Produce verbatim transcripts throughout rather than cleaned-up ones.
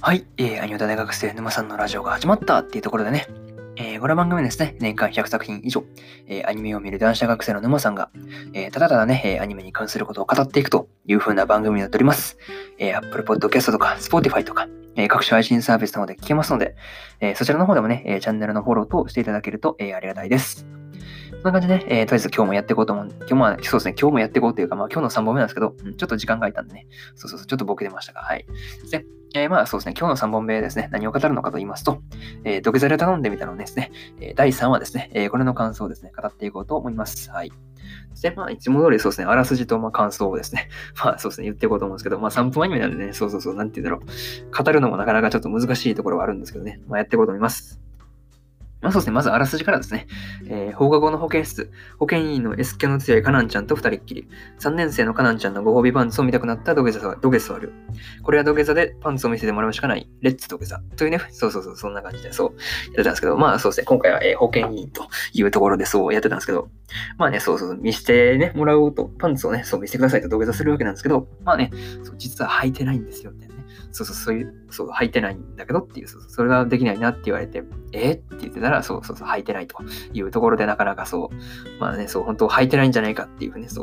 はい、えー、アニメ大学生沼さんのラジオが始まったっていうところでね、えー、この番組はですね、年間ひゃくさく品以上、えー、アニメを見る男子大学生の沼さんが、えー、ただただね、えー、アニメに関することを語っていくという風な番組になっております。えー、Apple Podcast とか Spotify とか、えー、各種配信サービスの方で聞けますので、えー、そちらの方でもね、えー、チャンネルのフォローとしていただけると、えー、ありがたいです。そんな感じで、えー、とりあえず今日もやっていこうと思う。今日も、そうですね、今日もやっていこうというか、まあ今日のさんぼんめなんですけど、うん、ちょっと時間が空いたんでね、そうそうそう、ちょっとボケ出ましたが、はい。で、えー、まあそうですね、今日のさんぼんめですね、何を語るのかと言いますと、えー、土下座で頼んでみたのですね、えー、だいさんわですね、えー、これの感想をですね、語っていこうと思います。はい。で、まあ、いつも通りそうですね、あらすじとまあ感想をですね、まあそうですね、言っていこうと思うんですけど、まあさんぷんアニメなんでね、そうそうそう、なんて言うんだろう、語るのもなかなかちょっと難しいところはあるんですけどね、まあやっていこうと思います。まあそうですね、まずあらすじからですね。えー、放課後の保健室、保健委員の S キャの強いカナンちゃんと二人っきり。さんねん生のカナンちゃんのご褒美パンツを見たくなった土下座土下座る。これは土下座でパンツを見せてもらうしかない。レッツ土下座。というね、そうそうそう、そんな感じでそうやってたんですけど、まあそうですね、今回は、えー、保健委員というところでそうやってたんですけど、まあね、そうそう、見せてね、もらうと、パンツをね、そう見せてくださいと土下座するわけなんですけど、まあね、そう実は履いてないんですよ、みたいなね。そうそう、そういう、そう、履いてないんだけどっていう、そうそれができないなって言われて、えって言ってたら、そうそうそう、履いてないというところでなかなかそう、まあね、そう、本当履いてないんじゃないかっていうふうに、そう、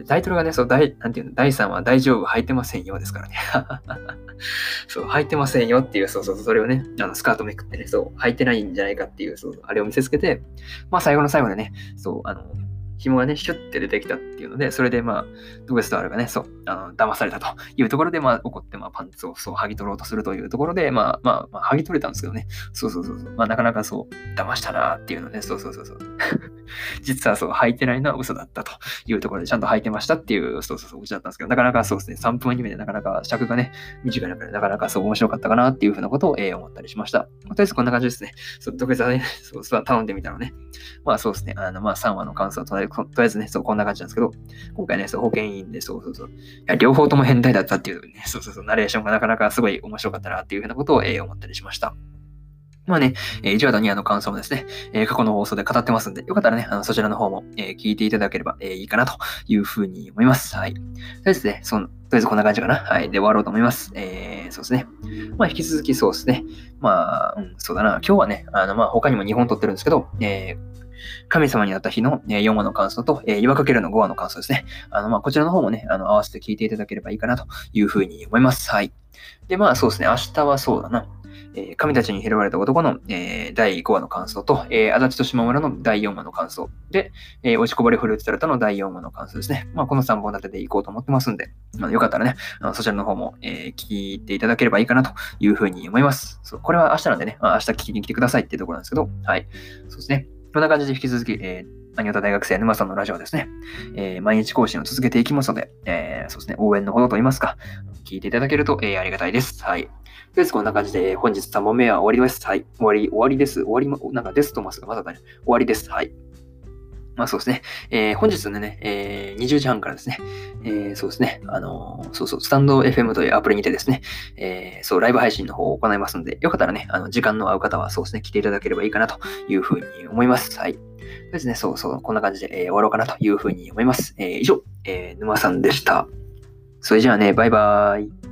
タイトルがね、そう、大、なんていうの、だいさんは大丈夫、履いてませんよですからね。そう、履いてませんよっていう、そうそう、それをね、あの、スカートめくってね、そう、履いてないんじゃないかっていう、そう、あれを見せつけて、まあ最後の最後でね、そう、あの、紐がね、シュッて出てきたっていうので、それでまあ、ドゲストアルがね、そう、あの、騙されたというところで、まあ、怒って、まあ、パンツをそう、剥ぎ取ろうとするというところで、まあ、まあ、まあ、剥ぎ取れたんですけどね。そうそうそうそう。まあ、なかなかそう、騙したなっていうので、そうそうそうそう。実はそう、履いてないのは嘘だったというところで、ちゃんと履いてましたっていう、そうそうそう、うちだったんですけど、なかなかそうですね、さんぷんアニメでなかなか尺がね、短い中でなかなかそう面白かったかなっていうふうなことを、えー、思ったりしました。とりあえずこんな感じですね。そう、土下座で、ね、そう、そう頼んでみたのね。まあそうですね、あの、まあさんわの感想はとりあえずね、そう、こんな感じなんですけど、今回ね、そう、保健委員で、そうそうそう、いや両方とも変態だったっていうね、そうそうそう、ナレーションがなかなかすごい面白かったなっていうふうなことを、えー、思ったりしました。まあね、えー、いちわとにわの感想もですね、えー、過去の放送で語ってますんで、よかったらね、あのそちらの方も、えー、聞いていただければ、えー、いいかなというふうに思います。はい。とりあえずね、そのとりあえずこんな感じかな。はい。で終わろうと思います。えー、そうですね。まあ、引き続きそうですね。まあ、うん、そうだな。今日はね、あの、まあ、他にもにほん撮ってるんですけど、えー、神様になった日のよんわの感想と、えー、岩かけるのごわの感想ですね。あの、まあ、こちらの方もね、あの、合わせて聞いていただければいいかなというふうに思います。はい。で、まあ、そうですね。明日はそうだな。えー、神たちに拾われた男の、えー、だいごわの感想と、えー、足立と島村のだいよんわの感想で、えー、落ちこぼれフルーツタルトのだいよんわの感想ですね。まあ、このさんぼん立てでいこうと思ってますんで、まあ、よかったらね、あのそちらの方も、えー、聞いていただければいいかなというふうに思います。そう、これは明日なんでね、まあ、明日聞きに来てくださいっていうところなんですけど、はい。そうですね。こんな感じで引き続き、えーアニオタ大学生沼さんのラジオですね、えー、毎日更新を続けていきますので、えー、そうですね、応援のほどといいますか、聞いていただけると、えー、ありがたいです。はい。とりあえずこんな感じで、本日さんぼんめは終わりです。はい。終わり、終わりです。終わりも、なんかですとますが、まさかね、終わりです。はい。まあそうですね。えー、本日のね、えー、にじゅうじはんからですね、えー、そうですね、あのー、そうそう、スタンド エフエム というアプリにてですね、えー、そう、ライブ配信の方を行いますので、よかったらね、あの、時間の合う方はそうですね、来ていただければいいかなというふうに思います。はい。ですね、そうそう、こんな感じで、えー、終わろうかなというふうに思います。えー、以上、えー、沼さんでした。それじゃあね、バイバーイ。